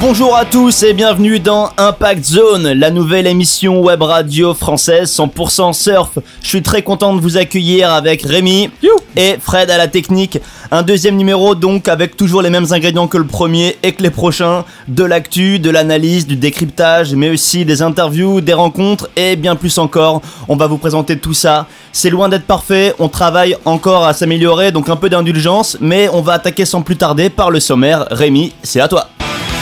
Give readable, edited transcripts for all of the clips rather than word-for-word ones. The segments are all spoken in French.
Bonjour à tous et bienvenue dans Impact Zone, la nouvelle émission web radio française 100% surf. Je suis très content de vous accueillir avec Rémi et Fred à la technique. Un deuxième numéro donc avec toujours les mêmes ingrédients que le premier et que les prochains. De l'actu, de l'analyse, du décryptage, mais aussi des interviews, des rencontres et bien plus encore. On va vous présenter tout ça. C'est loin d'être parfait, on travaille encore à s'améliorer, donc un peu d'indulgence, mais on va attaquer sans plus tarder par le sommaire. Rémi, c'est à toi.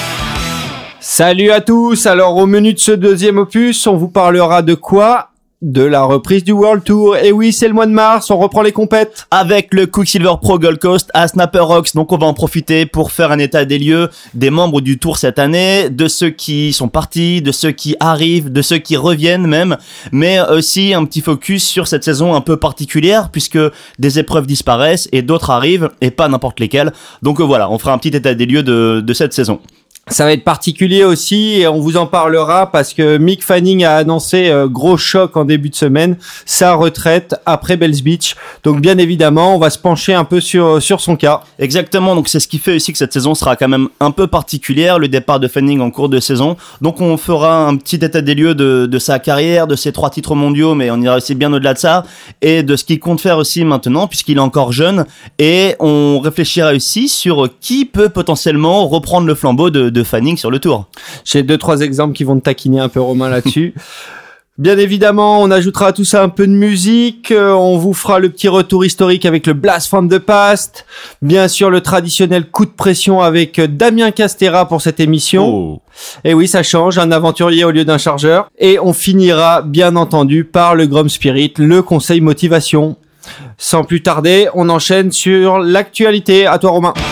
Salut à tous, alors au menu de ce deuxième opus, on vous parlera de quoi ? De la reprise du World Tour, et oui c'est le mois de mars, on reprend les compètes. Avec le Quicksilver Pro Gold Coast à Snapper Rocks, donc on va en profiter pour faire un état des lieux des membres du Tour cette année, de ceux qui sont partis, de ceux qui arrivent, de ceux qui reviennent même, mais aussi un petit focus sur cette saison un peu particulière, puisque des épreuves disparaissent et d'autres arrivent, et pas n'importe lesquelles, donc voilà, on fera un petit état des lieux de cette saison. Ça va être particulier aussi et on vous en parlera parce que Mick Fanning a annoncé, gros choc en début de semaine, sa retraite après Bells Beach. Donc bien évidemment, on va se pencher un peu sur son cas. Exactement, donc c'est ce qui fait aussi que cette saison sera quand même un peu particulière, le départ de Fanning en cours de saison. Donc on fera un petit état des lieux de sa carrière, de ses 3 titres mondiaux, mais on ira aussi bien au-delà de ça, et de ce qu'il compte faire aussi maintenant puisqu'il est encore jeune. Et on réfléchira aussi sur qui peut potentiellement reprendre le flambeau de Fanning sur le Tour. J'ai 2-3 exemples qui vont te taquiner un peu, Romain, là-dessus. Bien évidemment, on ajoutera à tout ça un peu de musique, on vous fera le petit retour historique avec le Blast from the Past, bien sûr le traditionnel coup de pression avec Damien Castera pour cette émission. Oh. Et oui, ça change, un aventurier au lieu d'un chargeur. Et on finira bien entendu par le Grom Spirit, le conseil motivation. Sans plus tarder, on enchaîne sur l'actualité. À toi, Romain.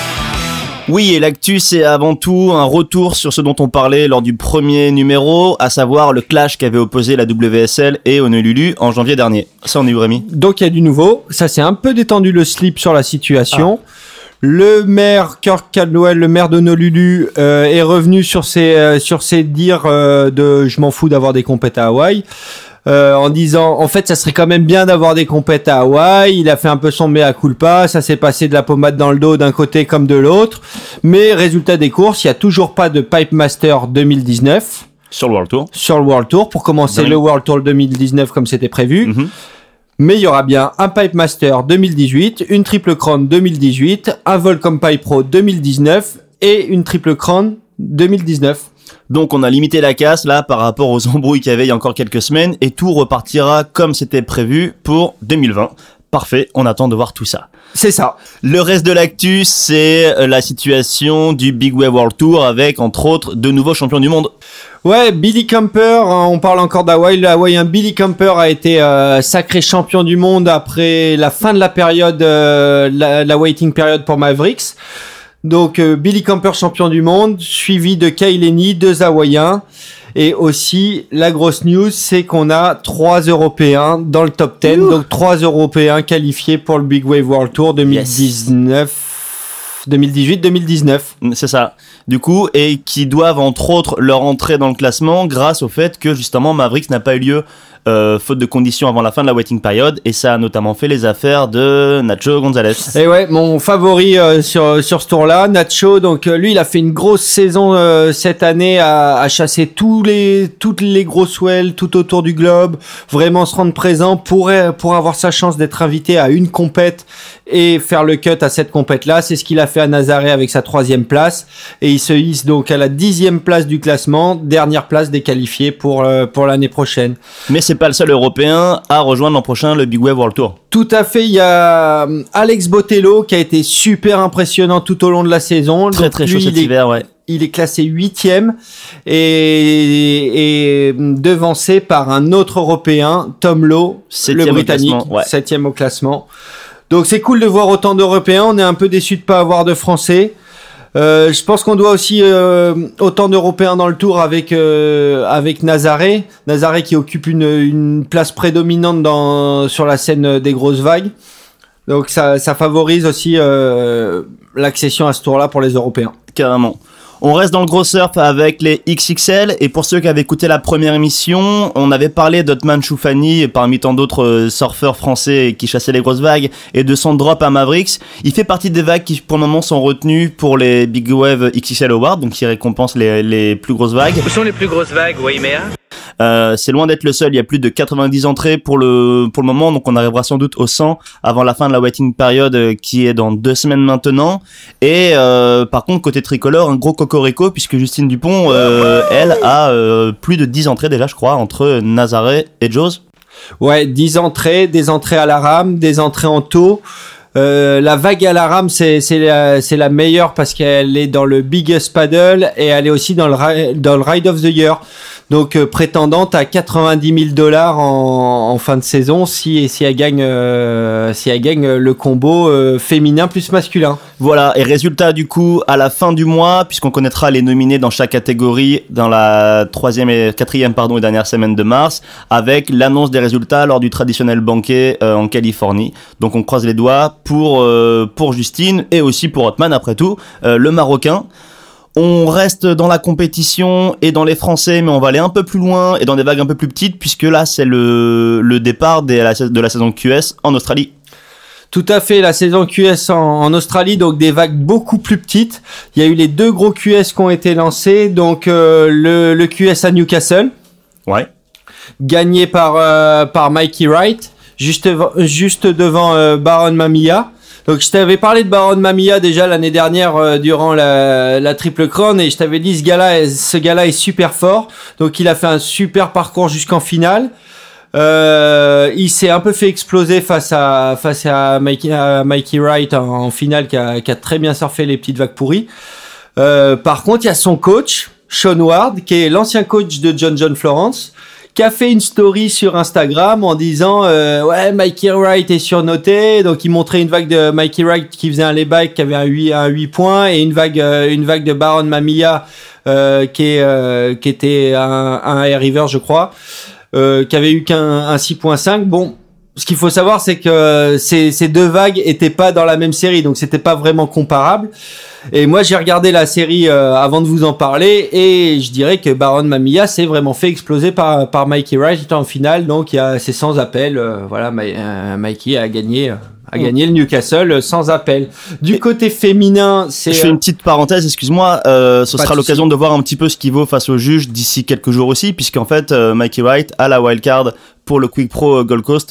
Oui, et l'actu, c'est avant tout un retour sur ce dont on parlait lors du premier numéro, à savoir le clash qu'avait opposé la WSL et Honolulu en janvier dernier. Ça, on est où, Rémi ? Donc, il y a du nouveau. Ça s'est un peu détendu le slip sur la situation. Le maire Kirk Caldwell, le maire d'Honolulu, est revenu sur ses dires de « je m'en fous d'avoir des compètes à Hawaï ». En disant, en fait, ça serait quand même bien d'avoir des compètes à Hawaï. Il a fait un peu son mea culpa. Ça s'est passé de la pommade dans le dos d'un côté comme de l'autre. Mais résultat des courses, il y a toujours pas de Pipe Master 2019. Sur le World Tour. Sur le World Tour, pour commencer le World Tour 2019 comme c'était prévu. Mm-hmm. Mais il y aura bien un Pipe Master 2018, une Triple Crown 2018, un Volcom Pipe Pro 2019 et une Triple Crown 2019. Donc on a limité la casse là par rapport aux embrouilles qu'il y avait il y a encore quelques semaines et tout repartira comme c'était prévu pour 2020. Parfait, on attend de voir tout ça. C'est ça. Le reste de l'actu, c'est la situation du Big Wave World Tour avec entre autres de nouveaux champions du monde. Ouais, Billy Camper, on parle encore d'Hawaï. L'Hawaïen Billy Camper a été sacré champion du monde après la fin de la période, la waiting period pour Mavericks. Donc Billy Camper champion du monde, suivi de Kay Lenny, 2 Hawaïens. Et aussi, la grosse news, c'est qu'on a 3 Européens dans le top 10. Donc 3 Européens qualifiés pour le Big Wave World Tour 2018-2019. C'est ça. Du coup, et qui doivent entre autres leur entrer dans le classement grâce au fait que justement Mavericks n'a pas eu lieu faute de conditions avant la fin de la waiting period, et ça a notamment fait les affaires de Nacho Gonzalez. Et ouais, mon favori sur ce tour-là, Nacho. Donc lui, il a fait une grosse saison cette année à chasser toutes les grosses swells tout autour du globe, vraiment se rendre présent pour avoir sa chance d'être invité à une compète et faire le cut à cette compète-là. C'est ce qu'il a fait à Nazaré avec sa 3e place, et il se hisse donc à la 10e place du classement, dernière place des qualifiés pour l'année prochaine. Mais c'est pas le seul Européen à rejoindre l'an prochain le Big Wave World Tour. Tout à fait, il y a Alex Botello qui a été super impressionnant tout au long de la saison. Très très chaud cet hiver, ouais. Il est classé 8e et devancé par un autre Européen, Tom Lowe, le Britannique, 7e au classement. Donc c'est cool de voir autant d'Européens, on est un peu déçus de pas avoir de Français. Je pense qu'on doit aussi autant d'Européens dans le tour avec Nazaré qui occupe une place prédominante sur la scène des grosses vagues. Donc ça favorise aussi l'accession à ce tour-là pour les Européens. Carrément. On reste dans le gros surf avec les XXL, et pour ceux qui avaient écouté la première émission, on avait parlé d'Otman Choufani parmi tant d'autres surfeurs français qui chassaient les grosses vagues, et de son drop à Mavericks. Il fait partie des vagues qui pour le moment sont retenues pour les Big Wave XXL Awards, donc qui récompensent les plus grosses vagues. Où sont les plus grosses vagues, Waimea? C'est loin d'être le seul, il y a plus de 90 entrées pour le moment, donc on arrivera sans doute au 100 avant la fin de la waiting period qui est dans 2 semaines maintenant. Et par contre côté tricolore, un gros cocorico puisque Justine Dupont, elle a plus de 10 entrées déjà je crois entre Nazaré et Jaws. Ouais, 10 entrées, des entrées à la rame, des entrées en taux. La vague à la rame, c'est la meilleure parce qu'elle est dans le Biggest Paddle et elle est aussi dans le Ride of the Year. Donc prétendante à $90,000 en fin de saison si elle gagne le combo féminin plus masculin. Voilà, et résultat du coup à la fin du mois, puisqu'on connaîtra les nominés dans chaque catégorie dans la 4e et dernière semaine de mars, avec l'annonce des résultats lors du traditionnel banquet en Californie. Donc on croise les doigts pour Justine et aussi pour Otman après tout, le Marocain. On reste dans la compétition et dans les Français, mais on va aller un peu plus loin et dans des vagues un peu plus petites, puisque là, c'est le départ de la saison QS en Australie. Tout à fait, la saison QS en Australie, donc des vagues beaucoup plus petites. Il y a eu les 2 gros QS qui ont été lancés, donc le QS à Newcastle, ouais, gagné par Mikey Wright, juste devant Baron Mamiya. Donc je t'avais parlé de Baron Mamiya déjà l'année dernière durant la Triple Crown et je t'avais dit ce gars-là est super fort. Donc il a fait un super parcours jusqu'en finale. Il s'est un peu fait exploser face à Mikey Wright en finale qui a très bien surfé les petites vagues pourries. Par contre, il y a son coach Sean Ward qui est l'ancien coach de John Florence, qui a fait une story sur Instagram en disant ouais, Mikey Wright est surnoté. Donc il montrait une vague de Mikey Wright qui faisait un layback qui avait un 8 points et une vague de Baron Mamiya qui était un air river je crois, qui avait eu qu'un 6.5. Bon, ce qu'il faut savoir c'est que ces 2 vagues étaient pas dans la même série, donc c'était pas vraiment comparable. Et moi j'ai regardé la série avant de vous en parler et je dirais que Baron Mamiya s'est vraiment fait exploser par Mikey Wright en finale, donc c'est sans appel. Voilà, Mikey a gagné le Newcastle sans appel. Du côté féminin, je fais une petite parenthèse, excuse-moi, ce sera l'occasion de voir un petit peu ce qu'il vaut face aux juges d'ici quelques jours aussi, puisqu'en fait Mikey Wright a la wildcard pour le Quick Pro Gold Coast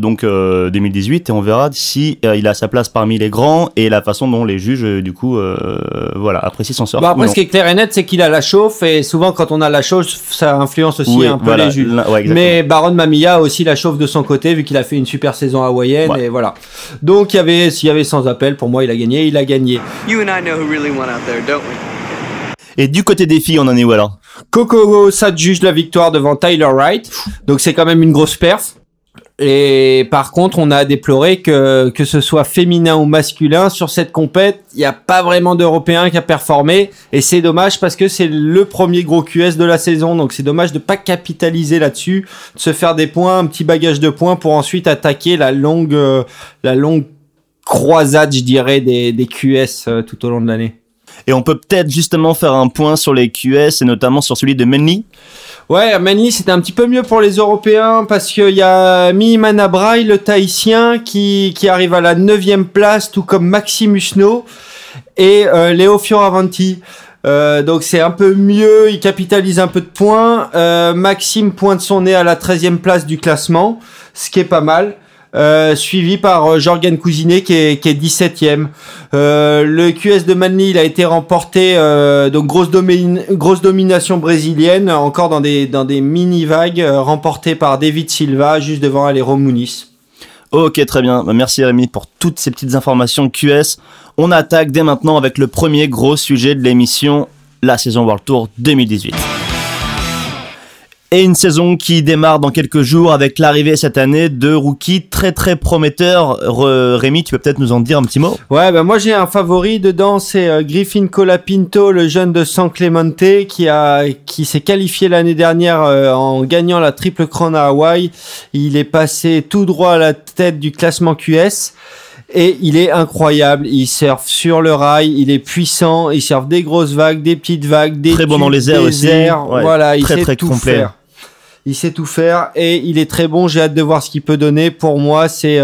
2018 et on verra si il a sa place parmi les grands et la façon dont les juges du coup apprécient son surf. Bah après ce qui est clair et net c'est qu'il a la chauffe et souvent quand on a la chauffe ça influence aussi un peu les juges. Ouais, mais Baron Mamiya a aussi la chauffe de son côté vu qu'il a fait une super saison hawaïenne et voilà. Donc s'il y avait sans appel, pour moi il a gagné. You and I know who really won out there, don't we? Et du côté des filles, on en est où alors? Coco s'adjuge la victoire devant Tyler Wright. Donc c'est quand même une grosse perf. Et par contre, on a à déplorer que ce soit féminin ou masculin sur cette compète, il n'y a pas vraiment d'Européen qui a performé et c'est dommage parce que c'est le premier gros QS de la saison, donc c'est dommage de pas capitaliser là-dessus, de se faire des points, un petit bagage de points pour ensuite attaquer la longue croisade, je dirais, des QS tout au long de l'année. Et on peut peut-être justement faire un point sur les QS et notamment sur celui de Manly. Ouais, Manly c'était un petit peu mieux pour les Européens parce qu'il y a Mihimana Braille, le Tahitien, qui arrive à la 9e place, tout comme Maxime Husneau et Léo Fioravanti. Donc c'est un peu mieux, il capitalise un peu de points. Maxime pointe son nez à la 13e place du classement, ce qui est pas mal. Suivi par Jorgen Cousinet qui est 17e. Le QS de Manly il a été remporté donc grosse domination brésilienne encore dans des mini vagues remportées par David Silva juste devant Alero Muniz. Ok, très bien. Merci Rémi pour toutes ces petites informations QS. On attaque dès maintenant avec le premier gros sujet de l'émission, la saison World Tour 2018. Et une saison qui démarre dans quelques jours avec l'arrivée cette année de rookies très très prometteurs. Rémi, tu peux peut-être nous en dire un petit mot? Ouais, moi j'ai un favori dedans, c'est Griffin Colapinto, le jeune de San Clemente qui s'est qualifié l'année dernière en gagnant la Triple Crown à Hawaï. Il est passé tout droit à la tête du classement QS. Et il est incroyable, il surfe sur le rail, il est puissant, il surfe des grosses vagues, des petites vagues, des très bon dans les airs aussi. Ouais, voilà, il sait très tout complet. faire. Il sait tout faire et il est très bon. J'ai hâte de voir ce qu'il peut donner. Pour moi, c'est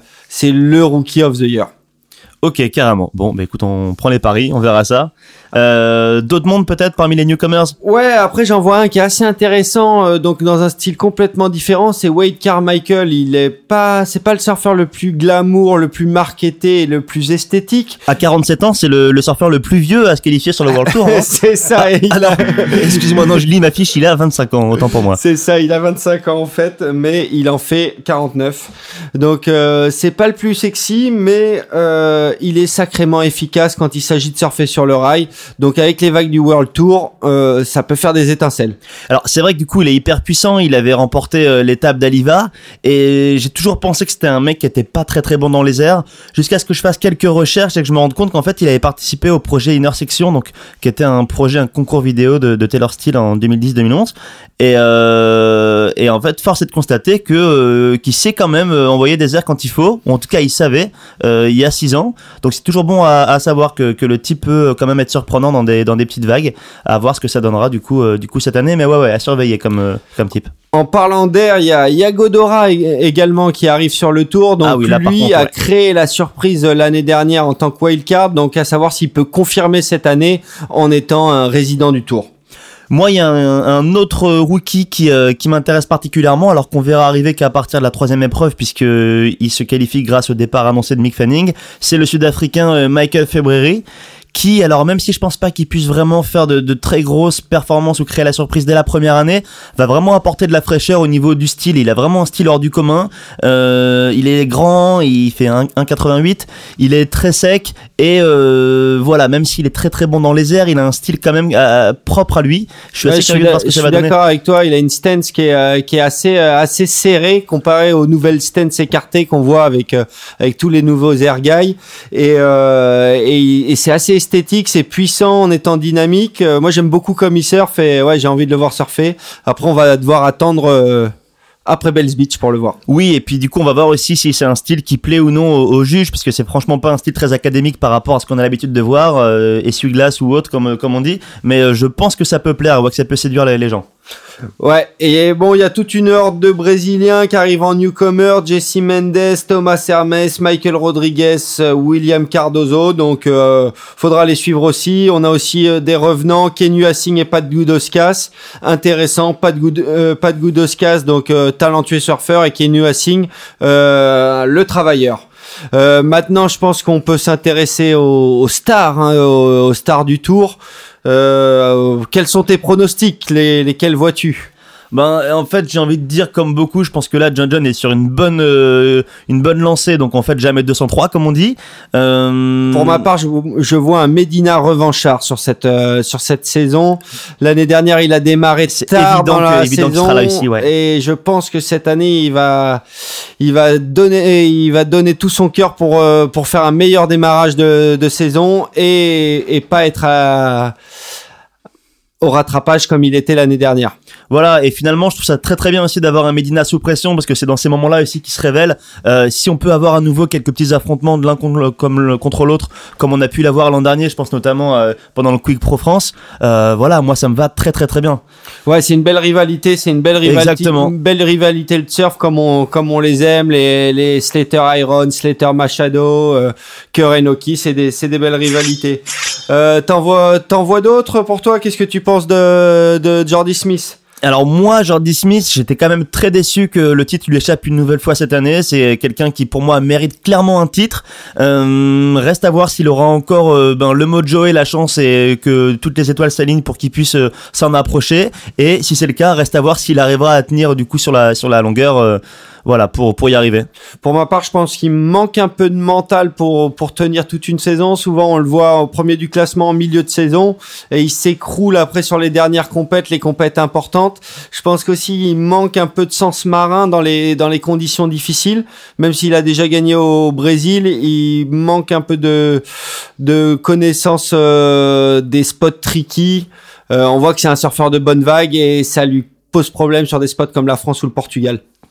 le Rookie of the Year. Ok, carrément. Bon, bah écoute, on prend les paris, on verra ça. D'autres mondes peut-être parmi les newcomers? Ouais, après j'en vois un qui est assez intéressant, donc dans un style complètement différent, c'est Wade Carmichael. C'est pas le surfeur le plus glamour, le plus marketé, le plus esthétique. À 47 ans, c'est le surfeur le plus vieux à se qualifier sur le World Tour. Hein. C'est ça. Excuse-moi, non, je lis ma fiche, il a 25 ans, autant pour moi. C'est ça, il a 25 ans en fait, mais il en fait 49. Donc c'est pas le plus sexy, mais il est sacrément efficace quand il s'agit de surfer sur le rail. Donc avec les vagues du World Tour, ça peut faire des étincelles. Alors c'est vrai que du coup il est hyper puissant, il avait remporté l'étape d'Aliva et j'ai toujours pensé que c'était un mec qui était pas très très bon dans les airs jusqu'à ce que je fasse quelques recherches et que je me rende compte qu'en fait il avait participé au projet Inner Section, donc qui était un concours vidéo de Taylor Steele en 2010-2011 et en fait force est de constater que qu'il sait quand même envoyer des airs quand il faut, ou en tout cas il savait il y a 6 ans, donc c'est toujours bon à savoir que le type peut quand même être surprenant dans des petites vagues, à voir ce que ça donnera du coup cette année, mais ouais à surveiller comme type. En parlant d'air, il y a Yago Dora également qui arrive sur le tour, donc là, lui a créé la surprise l'année dernière en tant que wildcard, donc à savoir s'il peut confirmer cette année en étant un résident du tour. Moi, il y a un autre rookie qui m'intéresse particulièrement, alors qu'on verra arriver qu'à partir de la 3e épreuve, puisqu'il se qualifie grâce au départ annoncé de Mick Fanning. C'est le Sud-Africain Michael February, qui, alors même si je pense pas qu'il puisse vraiment faire de très grosses performances ou créer la surprise dès la première année, va vraiment apporter de la fraîcheur au niveau du style. Il a vraiment un style hors du commun. Il est grand, il fait 1,88, il est très sec et voilà, même s'il est très très bon dans les airs, il a un style quand même propre à lui. Je suis assez curieux de voir ce que ça va donner. Je suis d'accord avec toi, il a une stance qui est assez serrée comparé aux nouvelles stances écartées qu'on voit avec tous les nouveaux air guys et c'est assez esthétique, c'est puissant en étant dynamique. Moi j'aime beaucoup comme il surfe et ouais, j'ai envie de le voir surfer. Après on va devoir attendre après Bells Beach pour le voir. Oui, et puis du coup on va voir aussi si c'est un style qui plaît ou non aux juges, puisque c'est franchement pas un style très académique par rapport à ce qu'on a l'habitude de voir, essuie-glace ou autre comme on dit, mais je pense que ça peut plaire, que ça peut séduire les gens. Ouais, et bon, il y a toute une horde de Brésiliens qui arrivent en newcomer, Jesse Mendes, Thomas Hermes, Michael Rodriguez, William Cardozo, donc faudra les suivre aussi. On a aussi des revenants, Kenu Assing et Pat Gudauskas, intéressant, Pat Gudauskas, donc talentueux surfeur, et Kenu Assing, le travailleur. Maintenant, je pense qu'on peut s'intéresser aux stars, aux stars du tour. Quels sont tes pronostics, lesquels vois-tu? En fait, j'ai envie de dire comme beaucoup, je pense que là John est sur une bonne lancée, donc en fait jamais 203 comme on dit. Pour ma part, je vois un Medina revanchard sur cette saison. L'année dernière, il a démarré tard dans la saison, qu'il sera là ici, ouais. Et je pense que cette année, il va donner tout son cœur pour faire un meilleur démarrage de saison et pas être au rattrapage comme il était l'année dernière. Voilà, et finalement, je trouve ça très très bien aussi d'avoir un Medina sous pression, parce que c'est dans ces moments-là aussi qu'il se révèle. Si on peut avoir à nouveau quelques petits affrontements de l'un contre l'autre, comme on a pu l'avoir l'an dernier, je pense notamment pendant le Quick Pro France, voilà, moi ça me va très très très bien. Ouais, c'est une belle rivalité, Exactement. Une belle rivalité de surf comme on les aime, les Slater Iron, Slater Machado, Kerr Enoki, c'est des belles rivalités. T'en vois d'autres pour toi? Qu'est-ce que tu penses de Jordy Smith? Alors moi, Jordy Smith, j'étais quand même très déçu que le titre lui échappe une nouvelle fois cette année. C'est quelqu'un qui, pour moi, mérite clairement un titre. Reste à voir s'il aura encore le mojo et la chance et que toutes les étoiles s'alignent pour qu'il puisse s'en approcher. Et si c'est le cas, reste à voir s'il arrivera à tenir du coup sur la longueur. Voilà, pour y arriver. Pour ma part, je pense qu'il manque un peu de mental pour tenir toute une saison. Souvent, on le voit au premier du classement en milieu de saison et il s'écroule après sur les dernières compètes, les compètes importantes. Je pense qu'aussi, il manque un peu de sens marin dans les conditions difficiles. Même s'il a déjà gagné au Brésil, il manque un peu de connaissance des spots tricky. On voit que c'est un surfeur de bonne vague et ça lui pose problème sur des spots comme la France ou le Portugal.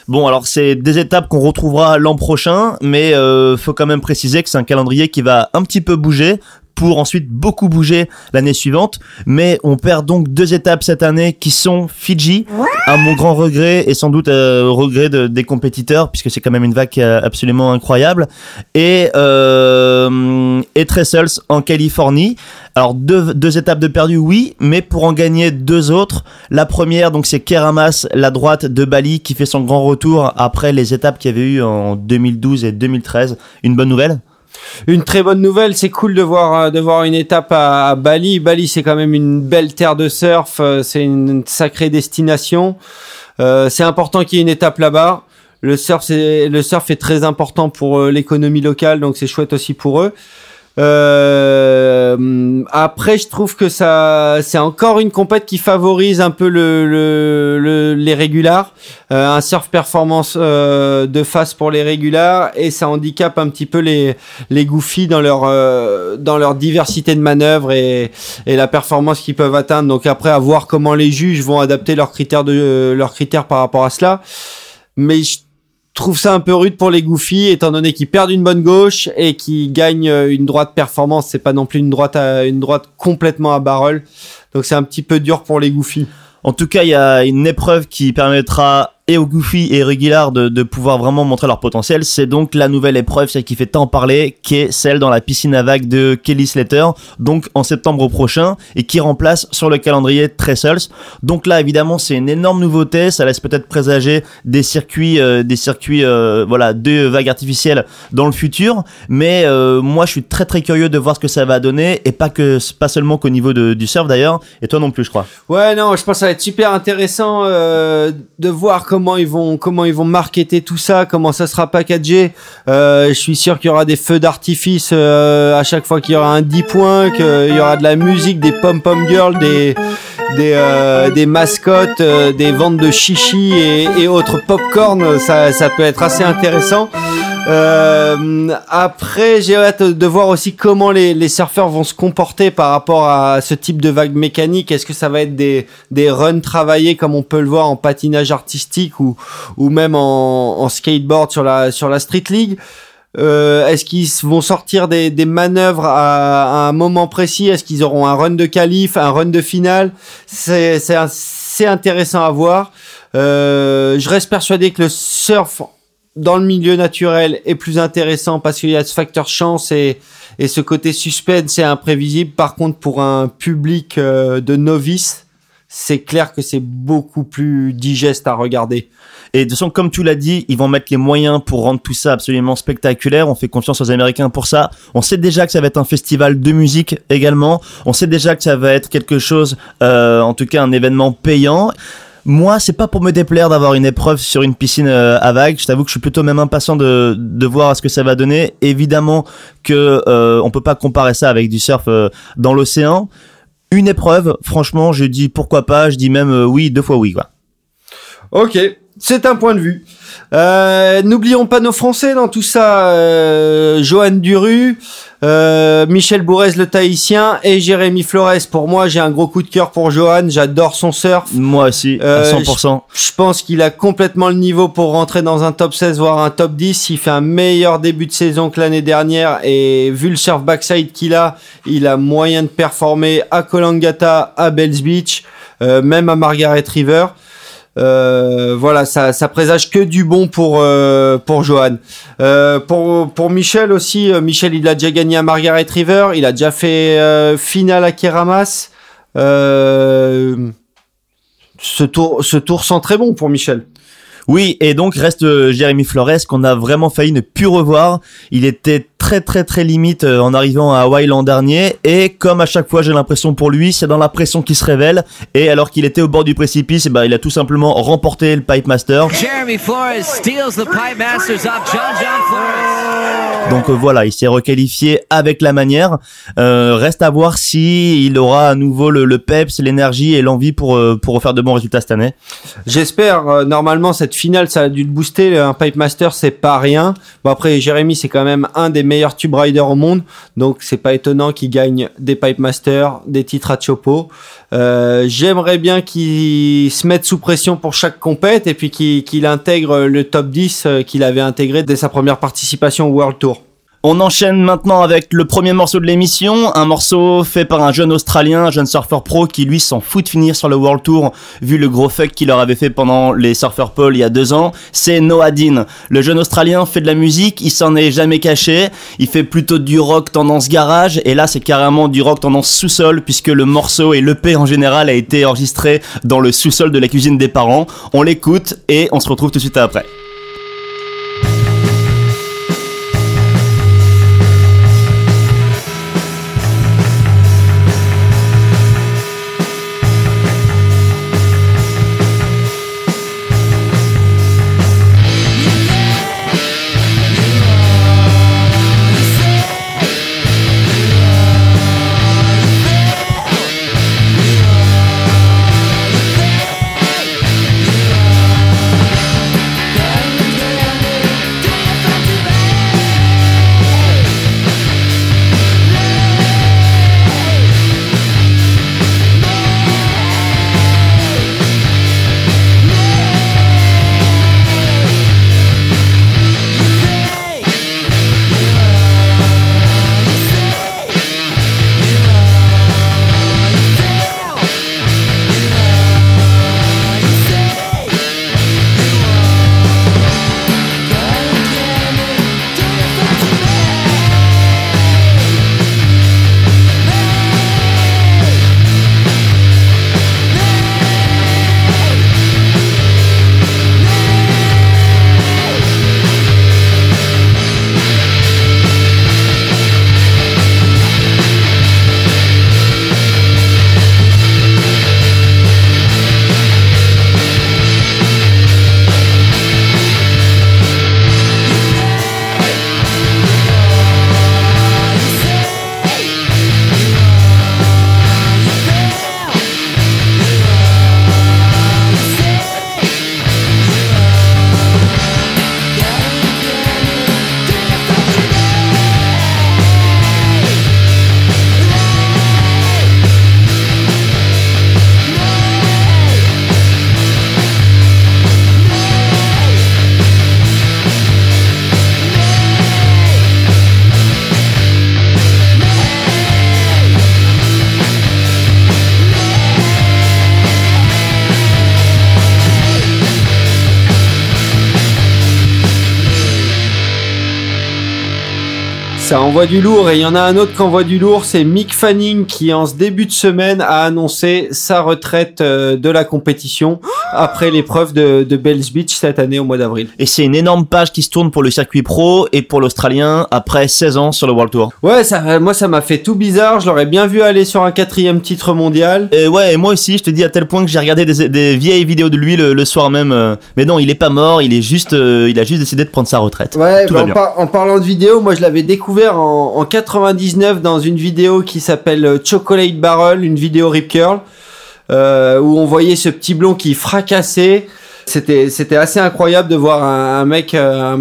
Bon, alors c'est des étapes qu'on retrouvera l'an prochain, mais faut quand même préciser que c'est un calendrier qui va un petit peu bouger pour ensuite beaucoup bouger l'année suivante. Mais on perd donc 2 étapes cette année qui sont Fidji, à mon grand regret et sans doute regret des compétiteurs, puisque c'est quand même une vague absolument incroyable, et Trestles en Californie. Alors deux étapes de perdu, oui, mais pour en gagner 2 autres. La première, donc c'est Keramas, la droite de Bali, qui fait son grand retour après les étapes qu'il y avait eu en 2012 et 2013. Une bonne nouvelle? Une très bonne nouvelle, c'est cool de voir une étape à Bali. Bali, c'est quand même une belle terre de surf, c'est une sacrée destination. C'est important qu'il y ait une étape là-bas. Le surf est très important pour l'économie locale, donc c'est chouette aussi pour eux. Après, je trouve que c'est encore une compète qui favorise un peu les régulars, un surf performance de face pour les régulars, et ça handicape un petit peu les goofies dans leur diversité de manœuvres et la performance qu'ils peuvent atteindre. Donc après, à voir comment les juges vont adapter leurs critères par rapport à cela. Mais je trouve ça un peu rude pour les goofies, étant donné qu'ils perdent une bonne gauche et qu'ils gagnent une droite performance. C'est pas non plus une droite complètement à barrel. Donc c'est un petit peu dur pour les goofies. En tout cas, il y a une épreuve qui permettra et aux Goofy et Regular de pouvoir vraiment montrer leur potentiel. C'est donc la nouvelle épreuve, celle qui fait tant parler, qui est celle dans la piscine à vagues de Kelly Slater, donc en septembre prochain, et qui remplace sur le calendrier Trestles. Donc là, évidemment, c'est une énorme nouveauté. Ça laisse peut-être présager des circuits, voilà, de vagues artificielles dans le futur. Mais moi, je suis très très curieux de voir ce que ça va donner, et pas seulement qu'au niveau du surf d'ailleurs. Et toi non plus, je crois. Ouais, non, je pense que ça va être super intéressant de voir comment ils vont marketer tout ça, comment ça sera packagé. Je suis sûr qu'il y aura des feux d'artifice à chaque fois qu'il y aura un 10 points, qu'il y aura de la musique, des pom-pom girls, des mascottes, des ventes de chichis et autres popcorn. Ça peut être assez intéressant. Après, j'ai hâte de voir aussi comment les surfeurs vont se comporter par rapport à ce type de vague mécanique. Est-ce que ça va être des runs travaillés comme on peut le voir en patinage artistique ou même en skateboard sur la Street League? Est-ce qu'ils vont sortir des manœuvres à un moment précis? Est-ce qu'ils auront un run de qualif, un run de finale? C'est intéressant à voir. Je reste persuadé que le surf dans le milieu naturel est plus intéressant parce qu'il y a ce facteur chance et ce côté suspense et imprévisible. Par contre, pour un public de novices, c'est clair que c'est beaucoup plus digeste à regarder. Et de toute façon, comme tu l'as dit, ils vont mettre les moyens pour rendre tout ça absolument spectaculaire. On fait confiance aux Américains pour ça. On sait déjà que ça va être un festival de musique également. On sait déjà que ça va être quelque chose, en tout cas un événement payant. Moi, c'est pas pour me déplaire d'avoir une épreuve sur une piscine à vagues. Je t'avoue que je suis plutôt même impatient de voir ce que ça va donner. Évidemment que on peut pas comparer ça avec du surf dans l'océan. Une épreuve, franchement, je dis pourquoi pas. Je dis même oui, 2 fois oui, quoi. Ok, c'est un point de vue. N'oublions pas nos Français dans tout ça. Johan Duru, Michel Bourrez le Tahitien et Jérémy Flores. Pour moi, j'ai un gros coup de cœur pour Johan. J'adore son surf. Moi aussi, à 100%. Je pense qu'il a complètement le niveau pour rentrer dans un top 16, voire un top 10. Il fait un meilleur début de saison que l'année dernière. Et vu le surf backside qu'il a, il a moyen de performer à Koh Lanta, à Bells Beach, même à Margaret River. Voilà, ça présage que du bon pour Johan. Pour Michel aussi, Michel il a déjà gagné à Margaret River, il a déjà fait finale à Keramas. Ce tour sent très bon pour Michel. Oui, et donc reste Jérémy Flores qu'on a vraiment failli ne plus revoir. Il était très très très limite en arrivant à Hawaï l'an dernier, et comme à chaque fois j'ai l'impression pour lui, c'est dans la pression qu'il se révèle, et alors qu'il était au bord du précipice, et il a tout simplement remporté le Pipe Master. Jérémy Flores steals the Pipe Masters off John Flores. Donc voilà, il s'est requalifié avec la manière. Reste à voir si il aura à nouveau le peps, l'énergie et l'envie pour refaire de bons résultats cette année. J'espère. Normalement cette finale ça a dû le booster. Un Pipe Master c'est pas rien. Bon après Jérémy c'est quand même un des meilleurs tube riders au monde, donc c'est pas étonnant qu'il gagne des Pipe Masters, des titres à Chopo. J'aimerais bien qu'il se mette sous pression pour chaque compète et puis qu'il intègre le top 10 qu'il avait intégré dès sa première participation au World Tour. On enchaîne maintenant avec le premier morceau de l'émission, un morceau fait par un jeune Australien, un jeune surfeur pro qui lui s'en fout de finir sur le World Tour vu le gros fuck qu'il leur avait fait pendant les Surfer Pole il y a 2 ans. C'est Noah Dean. Le jeune Australien fait de la musique, il s'en est jamais caché, il fait plutôt du rock tendance garage et là c'est carrément du rock tendance sous-sol puisque le morceau et l'EP en général a été enregistré dans le sous-sol de la cuisine des parents. On l'écoute et on se retrouve tout de suite après. Ça envoie du lourd et il y en a un autre qui envoie du lourd, c'est Mick Fanning qui en ce début de semaine a annoncé sa retraite de la compétition après l'épreuve de Bells Beach cette année au mois d'avril. Et c'est une énorme page qui se tourne pour le circuit pro et pour l'Australien après 16 ans sur le World Tour. Ouais, moi ça m'a fait tout bizarre, je l'aurais bien vu aller sur un 4e titre mondial. Et ouais, et moi aussi, je te dis à tel point que j'ai regardé des vieilles vidéos de lui le soir même. Mais non, il est pas mort, il a juste décidé de prendre sa retraite. Ouais, en parlant de vidéo, moi je l'avais découvert en 99 dans une vidéo qui s'appelle Chocolate Barrel, une vidéo Rip Curl, où on voyait ce petit blond qui fracassait. C'était assez incroyable de voir un mec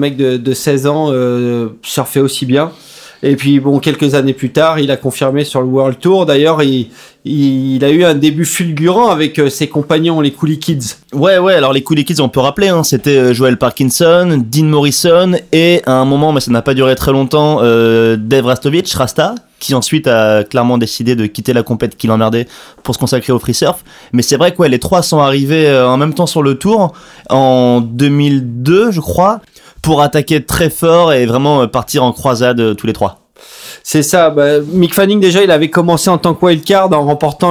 de 16 ans surfer aussi bien. Et puis bon, quelques années plus tard, il a confirmé sur le World Tour. D'ailleurs, il a eu un début fulgurant avec ses compagnons, les Cooley Kids. Ouais, alors les Cooley Kids, on peut rappeler, hein, c'était Joel Parkinson, Dean Morrison et à un moment, mais ça n'a pas duré très longtemps, Dave Rastovich, Rasta, qui ensuite a clairement décidé de quitter la compète qui l'emmerdait pour se consacrer au free surf. Mais c'est vrai que ouais, les trois sont arrivés en même temps sur le tour en 2002, je crois, pour attaquer très fort et vraiment partir en croisade tous les trois. C'est ça. Mick Fanning, déjà, il avait commencé en tant que wildcard en remportant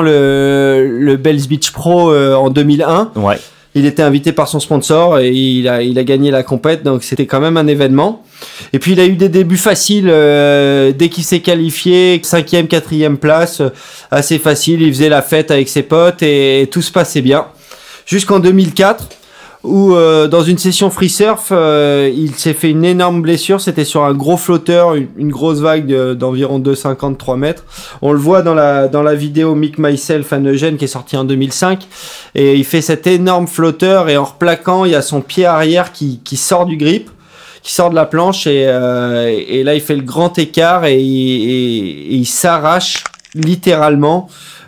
le Bells Beach Pro en 2001. Ouais. Il était invité par son sponsor et il a gagné la compète, donc c'était quand même un événement. Et puis il a eu des débuts faciles dès qu'il s'est qualifié, 5e, 4e place, assez facile. Il faisait la fête avec ses potes et tout se passait bien. Jusqu'en 2004. Où dans une session free surf, il s'est fait une énorme blessure. C'était sur un gros flotteur, une grosse vague d'environ 2,53 mètres. On le voit dans la vidéo Mick Myself and Eugene qui est sortie en 2005. Et il fait cet énorme flotteur et en replaquant, il y a son pied arrière qui sort du grip, qui sort de la planche et là il fait le grand écart et il s'arrache littéralement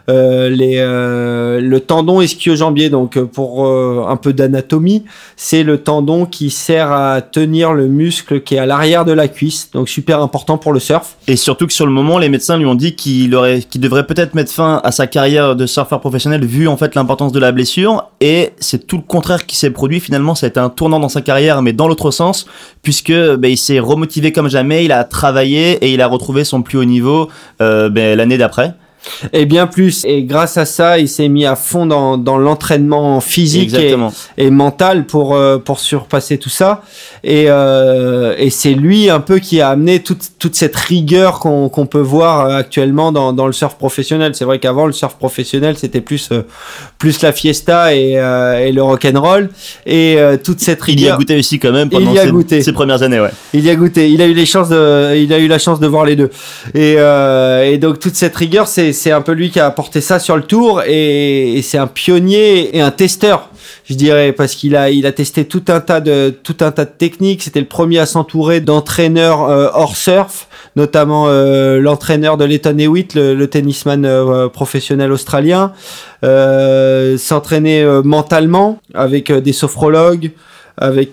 le tendon ischio-jambier. Donc pour un peu d'anatomie, c'est le tendon qui sert à tenir le muscle qui est à l'arrière de la cuisse. Donc super important pour le surf. Et surtout que sur le moment, les médecins lui ont dit qu'il devrait peut-être mettre fin à sa carrière de surfeur professionnel vu en fait l'importance de la blessure. Et c'est tout le contraire qui s'est produit. Finalement, ça a été un tournant dans sa carrière, mais dans l'autre sens, puisque il s'est remotivé comme jamais. Il a travaillé et il a retrouvé son plus haut niveau l'année d'après. Et bien plus. Et grâce à ça, il s'est mis à fond dans l'entraînement physique et mental pour surpasser tout ça. Et c'est lui un peu qui a amené toute cette rigueur qu'on peut voir actuellement dans le surf professionnel. C'est vrai qu'avant, le surf professionnel, c'était plus la fiesta et le rock'n'roll. Et toute cette rigueur. Il y a goûté aussi quand même pendant ses premières années, ouais. Il y a goûté. Il a eu la chance de voir les deux. Et donc toute cette rigueur, c'est un peu lui qui a apporté ça sur le tour et c'est un pionnier et un testeur, je dirais, parce qu'il a testé tout un tas de techniques. C'était le premier à s'entourer d'entraîneurs hors surf, notamment l'entraîneur de Lleyton Hewitt, le tennisman professionnel australien, s'entraîner mentalement avec des sophrologues, avec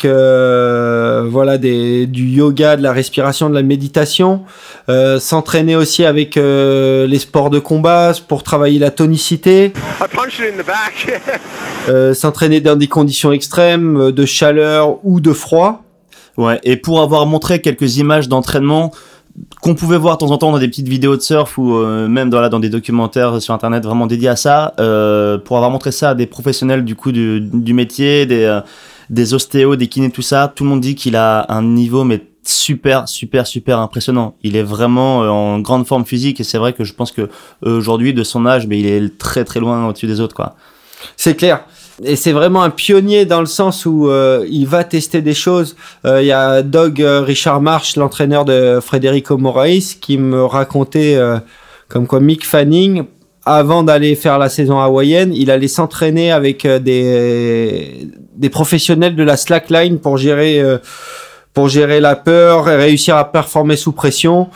du yoga, de la respiration, de la méditation, s'entraîner aussi avec les sports de combat pour travailler la tonicité, s'entraîner dans des conditions extrêmes de chaleur ou de froid. Ouais, et pour avoir montré quelques images d'entraînement qu'on pouvait voir de temps en temps dans des petites vidéos de surf ou même dans des documentaires sur internet vraiment dédiés à ça, pour avoir montré ça à des professionnels du coup du métier, des ostéos, des kinés, tout ça, tout le monde dit qu'il a un niveau mais super impressionnant. Il est vraiment en grande forme physique et c'est vrai que je pense que aujourd'hui de son âge, il est très très loin au-dessus des autres, quoi. C'est clair. Et c'est vraiment un pionnier dans le sens où il va tester des choses. Il y a Doug Richard Marsh, l'entraîneur de Federico Moraes, qui me racontait comme quoi Mick Fanning, avant d'aller faire la saison hawaïenne, il allait s'entraîner avec des professionnels de la slackline pour gérer la peur et réussir à performer sous pression.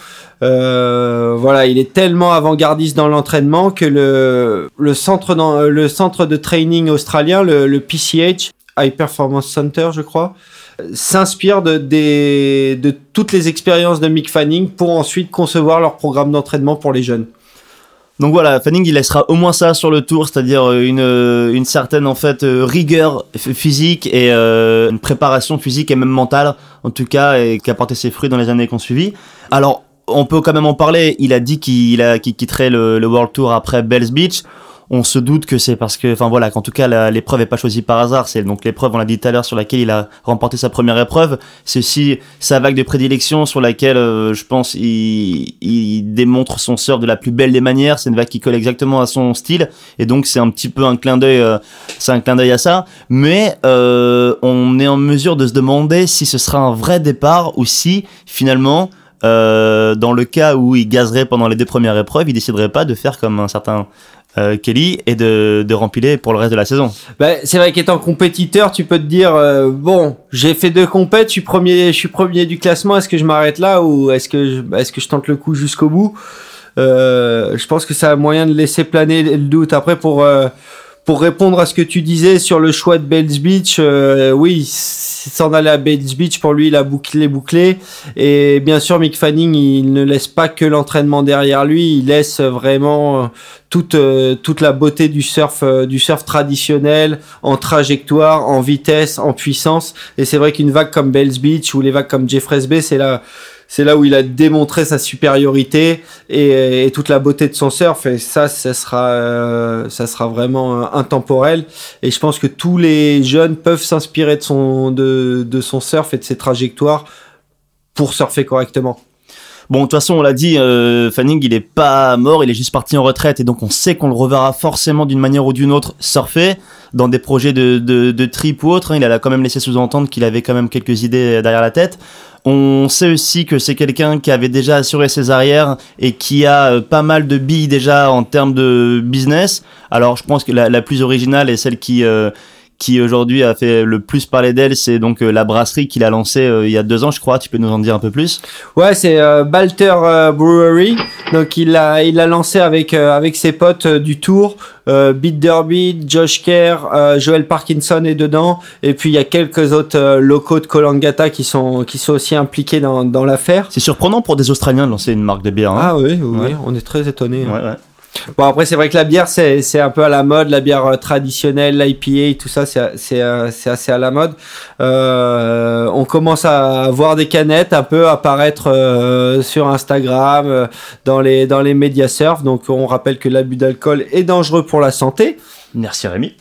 Il est tellement avant-gardiste dans l'entraînement que le centre de training australien, le PCH, High Performance Center, je crois, s'inspire de toutes les expériences de Mick Fanning pour ensuite concevoir leur programme d'entraînement pour les jeunes. Donc voilà, Fanning il laissera au moins ça sur le tour, c'est-à-dire une certaine en fait rigueur physique et une préparation physique et même mentale en tout cas, et qui a porté ses fruits dans les années qui ont suivi. Alors on peut quand même en parler. Il a dit qu'il quitterait le World Tour après Bells Beach. On se doute que c'est parce que, qu'en tout cas, l'épreuve est pas choisie par hasard. C'est donc l'épreuve, on l'a dit tout à l'heure, sur laquelle il a remporté sa première épreuve. C'est aussi sa vague de prédilection sur laquelle, je pense, il démontre son surf de la plus belle des manières. C'est une vague qui colle exactement à son style. Et donc, c'est un petit peu un clin d'œil à ça. Mais, on est en mesure de se demander si ce sera un vrai départ ou si, finalement, dans le cas où il gazerait pendant les 2 premières épreuves, il déciderait pas de faire comme un certain Kelly et de rempiler pour le reste de la saison. C'est vrai qu'étant compétiteur, tu peux te dire j'ai fait 2 compètes, je suis premier du classement, est-ce que je m'arrête là ou est-ce que je tente le coup jusqu'au bout? Je pense que ça a moyen de laisser planer le doute. Après pour répondre à ce que tu disais sur le choix de Bells Beach, oui, s'en aller à Bells Beach, pour lui, il a bouclé. Et bien sûr, Mick Fanning, il ne laisse pas que l'entraînement derrière lui, il laisse vraiment toute la beauté du surf traditionnel, en trajectoire, en vitesse, en puissance. Et c'est vrai qu'une vague comme Bells Beach ou les vagues comme Jeffreys Bay, c'est là où il a démontré sa supériorité et toute la beauté de son surf. Et ça sera vraiment intemporel. Et je pense que tous les jeunes peuvent s'inspirer de son surf et de ses trajectoires pour surfer correctement. Bon, de toute façon, on l'a dit, Fanning, il est pas mort, il est juste parti en retraite, et donc on sait qu'on le reverra forcément d'une manière ou d'une autre surfer dans des projets de trip ou autre. Il a quand même laissé sous-entendre qu'il avait quand même quelques idées derrière la tête. On sait aussi que c'est quelqu'un qui avait déjà assuré ses arrières et qui a pas mal de billes déjà en termes de business. Alors, je pense que la plus originale est celle qui qui aujourd'hui a fait le plus parler d'elle, c'est donc la brasserie qu'il a lancée il y a 2 ans, je crois. Tu peux nous en dire un peu plus? Ouais, c'est Balter Brewery. Donc il l'a lancé avec ses potes du Tour, Beat Derby, Josh Kerr, Joel Parkinson est dedans, et puis il y a quelques autres locaux de Coolangatta qui sont aussi impliqués dans l'affaire. C'est surprenant pour des Australiens de lancer une marque de bière. Hein. Ah oui, Ouais. on est très étonnés. Ouais, ouais. Bon, après c'est vrai que la bière c'est un peu à la mode, la bière traditionnelle, l'IPA, tout ça c'est assez à la mode. On commence à voir des canettes un peu apparaître sur Instagram, dans les médias surf. Donc on rappelle que l'abus d'alcool est dangereux pour la santé. Merci Rémi.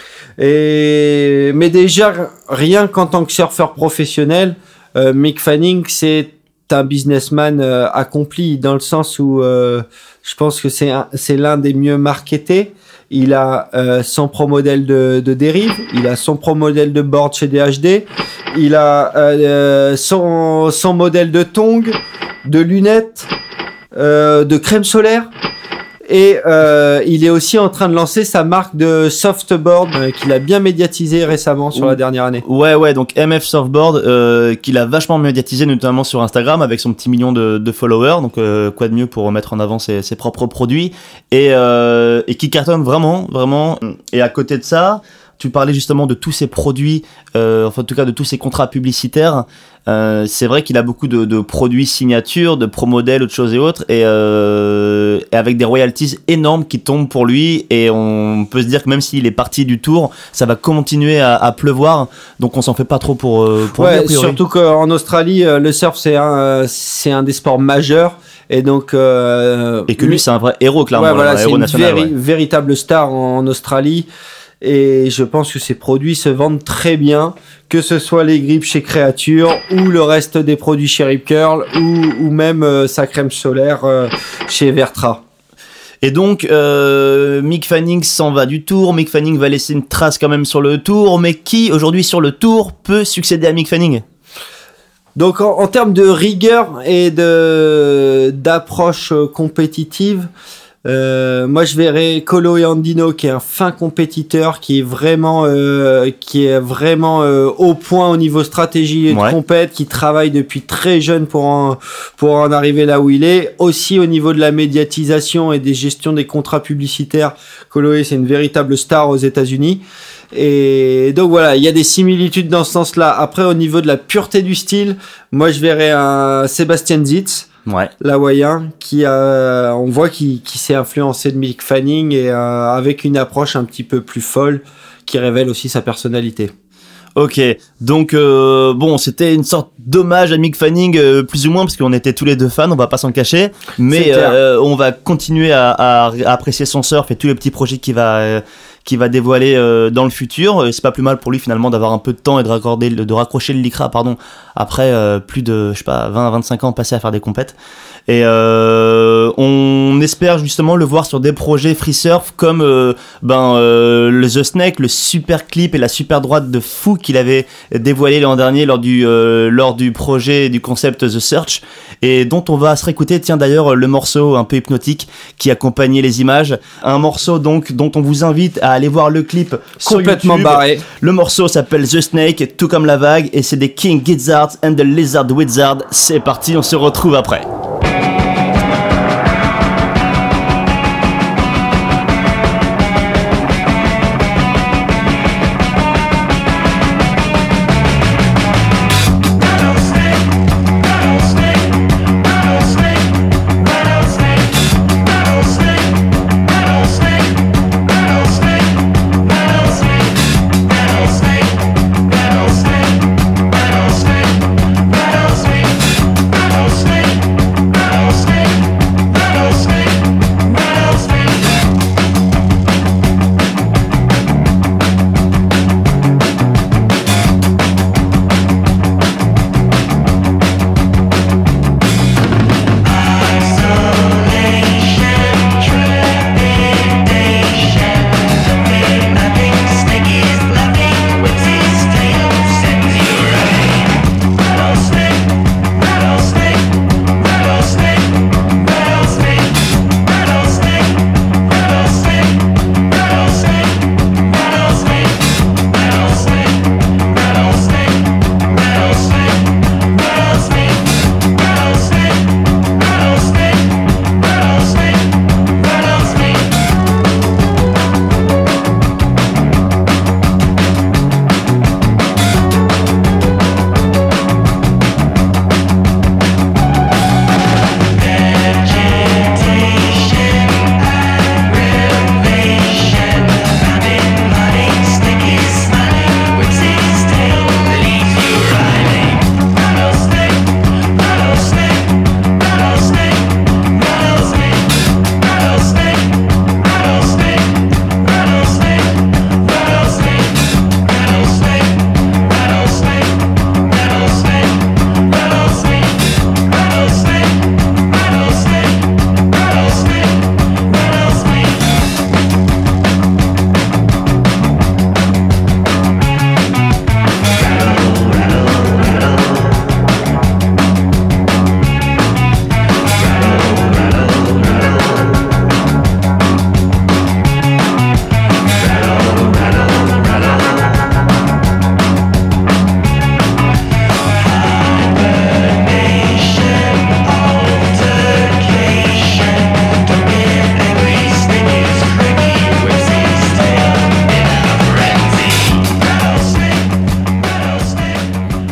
Mais déjà rien qu'en tant que surfeur professionnel, Mick Fanning c'est un businessman accompli, dans le sens où je pense que c'est l'un des mieux marketés. Il a son pro modèle de dérive, il a son pro modèle de board chez DHD, il a son modèle de tongs, de lunettes, de crème solaire. Et il est aussi en train de lancer sa marque de softboard qu'il a bien médiatisé récemment sur la dernière année. Ouais, donc MF Softboard qu'il a vachement médiatisé notamment sur Instagram avec son petit million de followers. Donc quoi de mieux pour mettre en avant ses propres produits et qui cartonne vraiment. Et à côté de ça, tu parlais justement de tous ces produits, enfin en tout cas de tous ces contrats publicitaires. C'est vrai qu'il a beaucoup de produits signatures, de pro modèles, autre chose et autres, et avec des royalties énormes qui tombent pour lui. Et on peut se dire que même s'il est parti du Tour, ça va continuer à pleuvoir. Donc on s'en fait pas trop pour ouais, lui, surtout qu'en Australie, le surf c'est un des sports majeurs. Et donc et que lui c'est un vrai héros, clairement. Ouais, voilà, un c'est héros une national, véritable star en Australie. Et je pense que ces produits se vendent très bien, que ce soit les grippes chez Creature ou le reste des produits chez Rip Curl ou même sa crème solaire chez Vertra. Et donc Mick Fanning s'en va du Tour. Mick Fanning va laisser une trace quand même sur le Tour, mais qui aujourd'hui sur le Tour peut succéder à Mick Fanning? Donc en termes de rigueur et d'approche compétitive, moi je verrais Colo et Andino, qui est un fin compétiteur, qui est vraiment au point au niveau stratégie et de compète, qui travaille depuis très jeune pour en arriver là où il est. Aussi au niveau de la médiatisation et des gestions des contrats publicitaires, Coloé c'est une véritable star aux États-Unis. Et donc voilà, il y a des similitudes dans ce sens-là. Après, au niveau de la pureté du style, moi je verrais un Sébastien Zitz, l'Hawaïen, on voit qui s'est influencé de Mick Fanning et avec une approche un petit peu plus folle qui révèle aussi sa personnalité. Ok, donc bon, c'était une sorte d'hommage à Mick Fanning, plus ou moins, parce qu'on était tous les deux fans, on va pas s'en cacher, mais on va continuer à apprécier son surf et tous les petits projets qu'il va dévoiler dans le futur. C'est pas plus mal pour lui finalement d'avoir un peu de temps et de raccrocher le lycra, après plus de 20-25 ans passés à faire des compètes. Et on espère justement le voir sur des projets free surf comme le The Snake, le super clip et la super droite de fou qu'il avait dévoilé l'an dernier lors du projet du concept The Search, et dont on va se réécouter d'ailleurs le morceau un peu hypnotique qui accompagnait les images, un morceau donc dont on vous invite à aller voir le clip complètement sur YouTube. Barré. Le morceau s'appelle The Snake, tout comme la vague, et c'est des King Gizzards and the Lizard Wizard. C'est parti, on se retrouve après.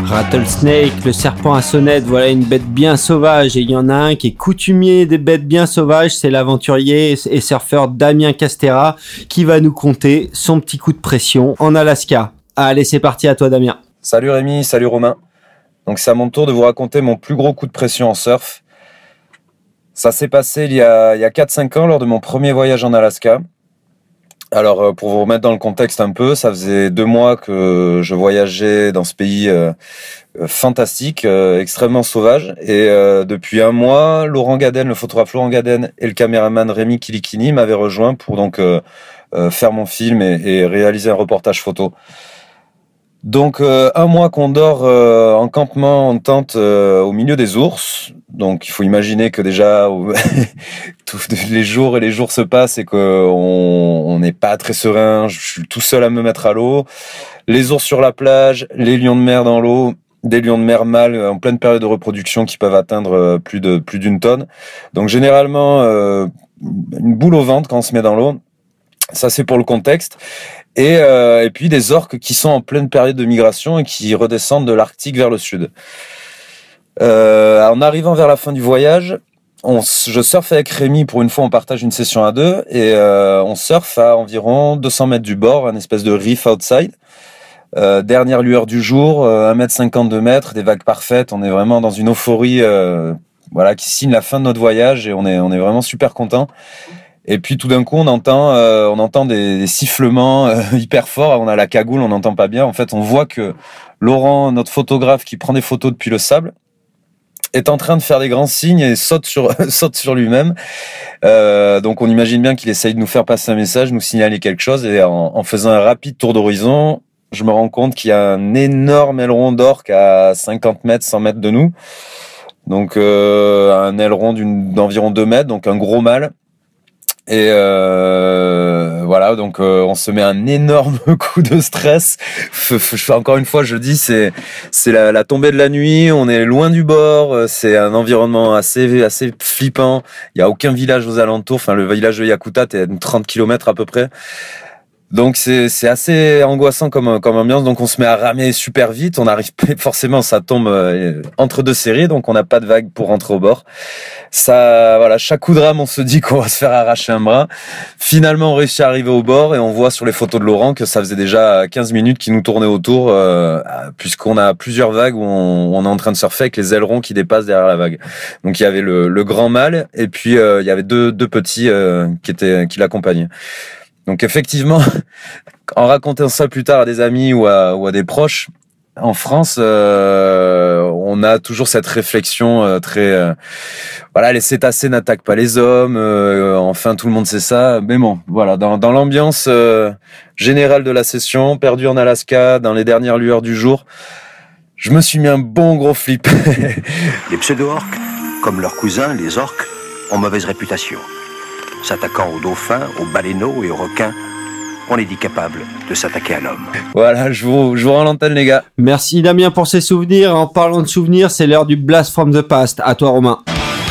Rattlesnake, le serpent à sonnette, voilà une bête bien sauvage. Et il y en a un qui est coutumier des bêtes bien sauvages, c'est l'aventurier et surfeur Damien Castera qui va nous conter son petit coup de pression en Alaska. Allez, c'est parti, à toi Damien. Salut Rémi, salut Romain. Donc c'est à mon tour de vous raconter mon plus gros coup de pression en surf. Ça s'est passé il y a 4-5 ans lors de mon premier voyage en Alaska. Alors pour vous remettre dans le contexte un peu, ça faisait 2 mois que je voyageais dans ce pays fantastique, extrêmement sauvage. Et depuis 1 mois, Laurent Gaden, le photographe Laurent Gaden et le caméraman Rémi Kilikini m'avaient rejoint pour donc faire mon film et réaliser un reportage photo. Donc 1 mois qu'on dort en campement, en tente au milieu des ours. Donc il faut imaginer que déjà les jours se passent et qu'on n'est pas très serein. Je suis tout seul à me mettre à l'eau. Les ours sur la plage, les lions de mer dans l'eau, des lions de mer mâles en pleine période de reproduction qui peuvent atteindre plus d'1 tonne. Donc généralement une boule au ventre quand on se met dans l'eau. Ça c'est pour le contexte. Et puis des orques qui sont en pleine période de migration et qui redescendent de l'Arctique vers le sud. En arrivant vers la fin du voyage, je surfe avec Rémi. Pour une fois, on partage une session à 2 et on surfe à environ 200 mètres du bord, un espèce de reef outside. Dernière lueur du jour, 1m50, 2 mètres, des vagues parfaites. On est vraiment dans une euphorie qui signe la fin de notre voyage et on est vraiment super content. Et puis tout d'un coup, on entend des sifflements hyper forts. On a la cagoule, on n'entend pas bien. En fait, on voit que Laurent, notre photographe qui prend des photos depuis le sable, est en train de faire des grands signes et saute sur lui-même. Donc on imagine bien qu'il essaye de nous faire passer un message, nous signaler quelque chose. Et en faisant un rapide tour d'horizon, je me rends compte qu'il y a un énorme aileron d'orque à 50 mètres, 100 mètres de nous. Donc un aileron d'environ 2 mètres, donc un gros mâle. Et donc on se met un énorme coup de stress. Encore une fois, je dis, c'est la tombée de la nuit. On est loin du bord. C'est un environnement assez flippant. Il y a aucun village aux alentours. Enfin, le village de Yakutat est à 30 km à peu près. Donc c'est assez angoissant comme ambiance. Donc on se met à ramer super vite. On arrive forcément, ça tombe entre 2 séries, donc on n'a pas de vague pour rentrer au bord. Ça, voilà, chaque coup de rame, on se dit qu'on va se faire arracher un bras. Finalement, on réussit à arriver au bord et on voit sur les photos de Laurent que ça faisait déjà 15 minutes qu'il nous tournait autour, puisqu'on a plusieurs vagues où on est en train de surfer avec les ailerons qui dépassent derrière la vague. Donc il y avait le grand mâle et puis il y avait deux petits qui l'accompagnaient. Donc effectivement, en racontant ça plus tard à des amis ou à des proches, en France, on a toujours cette réflexion très... les cétacés n'attaquent pas les hommes, enfin tout le monde sait ça. Mais bon, voilà, dans l'ambiance générale de la session, perdu en Alaska, dans les dernières lueurs du jour, je me suis mis un bon gros flip. Les pseudo-orques, comme leurs cousins, les orques, ont mauvaise réputation. S'attaquant aux dauphins, aux baleineaux et aux requins, on est dit capable de s'attaquer à l'homme. Voilà, je vous rends l'antenne, les gars. Merci Damien pour ces souvenirs. En parlant de souvenirs, c'est l'heure du Blast from the Past. À toi Romain.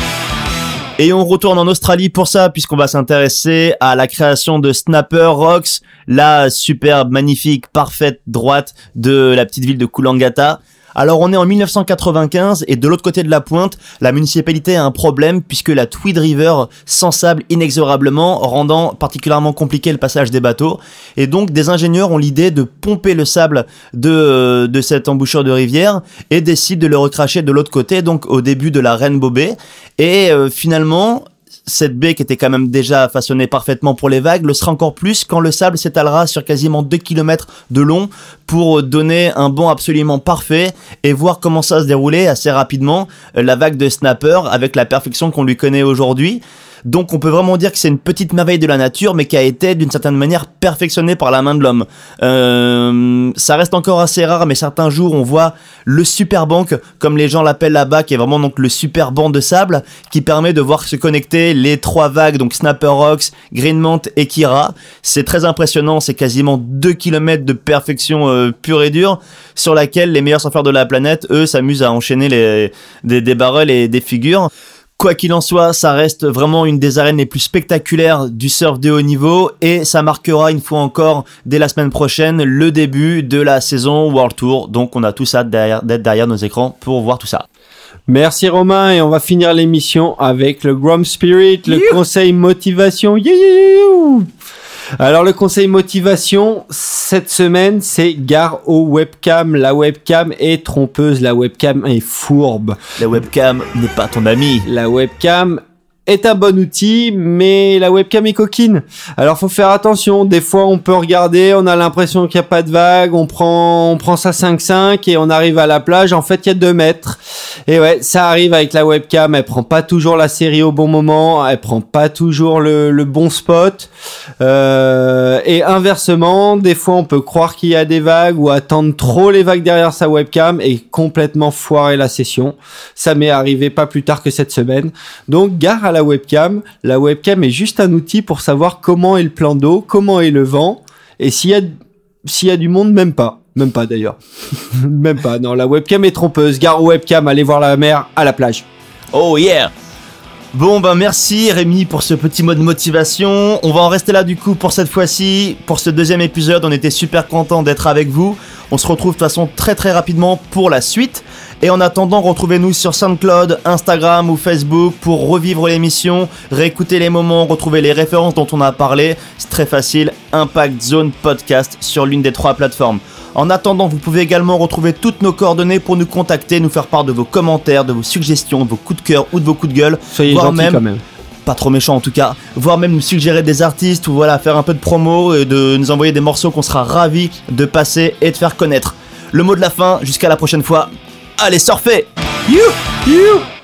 Et on retourne en Australie pour ça, puisqu'on va s'intéresser à la création de Snapper Rocks, la superbe, magnifique, parfaite droite de la petite ville de Coolangatta. Alors on est en 1995 et de l'autre côté de la pointe, la municipalité a un problème puisque la Tweed River s'ensable inexorablement, rendant particulièrement compliqué le passage des bateaux. Et donc des ingénieurs ont l'idée de pomper le sable de cette embouchure de rivière et décident de le recracher de l'autre côté, donc au début de la Rainbow Bay. Et finalement... cette baie qui était quand même déjà façonnée parfaitement pour les vagues le sera encore plus quand le sable s'étalera sur quasiment 2 km de long pour donner un bond absolument parfait et voir comment ça se déroulait assez rapidement, la vague de Snapper avec la perfection qu'on lui connaît aujourd'hui. Donc on peut vraiment dire que c'est une petite merveille de la nature mais qui a été d'une certaine manière perfectionnée par la main de l'homme. Ça reste encore assez rare mais certains jours on voit le super bank comme les gens l'appellent là-bas, qui est vraiment donc le super banc de sable qui permet de voir se connecter les 3 vagues, donc Snapper Rocks, Greenmount et Kira. C'est très impressionnant, c'est quasiment 2 km de perfection pure et dure sur laquelle les meilleurs surfeurs de la planète eux s'amusent à enchaîner des barrels et des figures. Quoi qu'il en soit, ça reste vraiment une des arènes les plus spectaculaires du surf de haut niveau et ça marquera une fois encore dès la semaine prochaine le début de la saison World Tour. Donc on a tout ça d'être derrière nos écrans pour voir tout ça. Merci Romain, et on va finir l'émission avec le Grom Spirit, le conseil motivation. Alors le conseil motivation cette semaine, c'est gare aux webcams. La webcam est trompeuse, la webcam est fourbe. La webcam n'est pas ton ami. La webcam est un bon outil, mais la webcam est coquine. Alors faut faire attention, des fois on peut regarder, on a l'impression qu'il n'y a pas de vague, on prend ça 5-5 et on arrive à la plage, en fait il y a 2 mètres. Et ouais, ça arrive avec la webcam, elle prend pas toujours la série au bon moment, elle prend pas toujours le bon spot. Et inversement, des fois on peut croire qu'il y a des vagues ou attendre trop les vagues derrière sa webcam et complètement foirer la session. Ça m'est arrivé pas plus tard que cette semaine. Donc gare à la webcam est juste un outil pour savoir comment est le plan d'eau, comment est le vent, et s'il y a du monde, même pas d'ailleurs. Même pas, non, la webcam est trompeuse, gare aux webcam, allez voir la mer à la plage. Oh yeah. Bon merci Rémi pour ce petit mot de motivation. On va en rester là du coup pour cette fois-ci. Pour ce deuxième épisode, on était super contents d'être avec vous. On se retrouve de toute façon très très rapidement pour la suite. Et en attendant, retrouvez-nous sur SoundCloud, Instagram ou Facebook pour revivre l'émission, réécouter les moments, retrouver les références dont on a parlé. C'est très facile, Impact Zone Podcast sur l'une des 3 plateformes. En attendant, vous pouvez également retrouver toutes nos coordonnées pour nous contacter, nous faire part de vos commentaires, de vos suggestions, de vos coups de cœur ou de vos coups de gueule. Soyez gentils quand même. Pas trop méchant en tout cas, voire même nous suggérer des artistes ou voilà, faire un peu de promo et de nous envoyer des morceaux qu'on sera ravis de passer et de faire connaître. Le mot de la fin, jusqu'à la prochaine fois, allez surfer! You!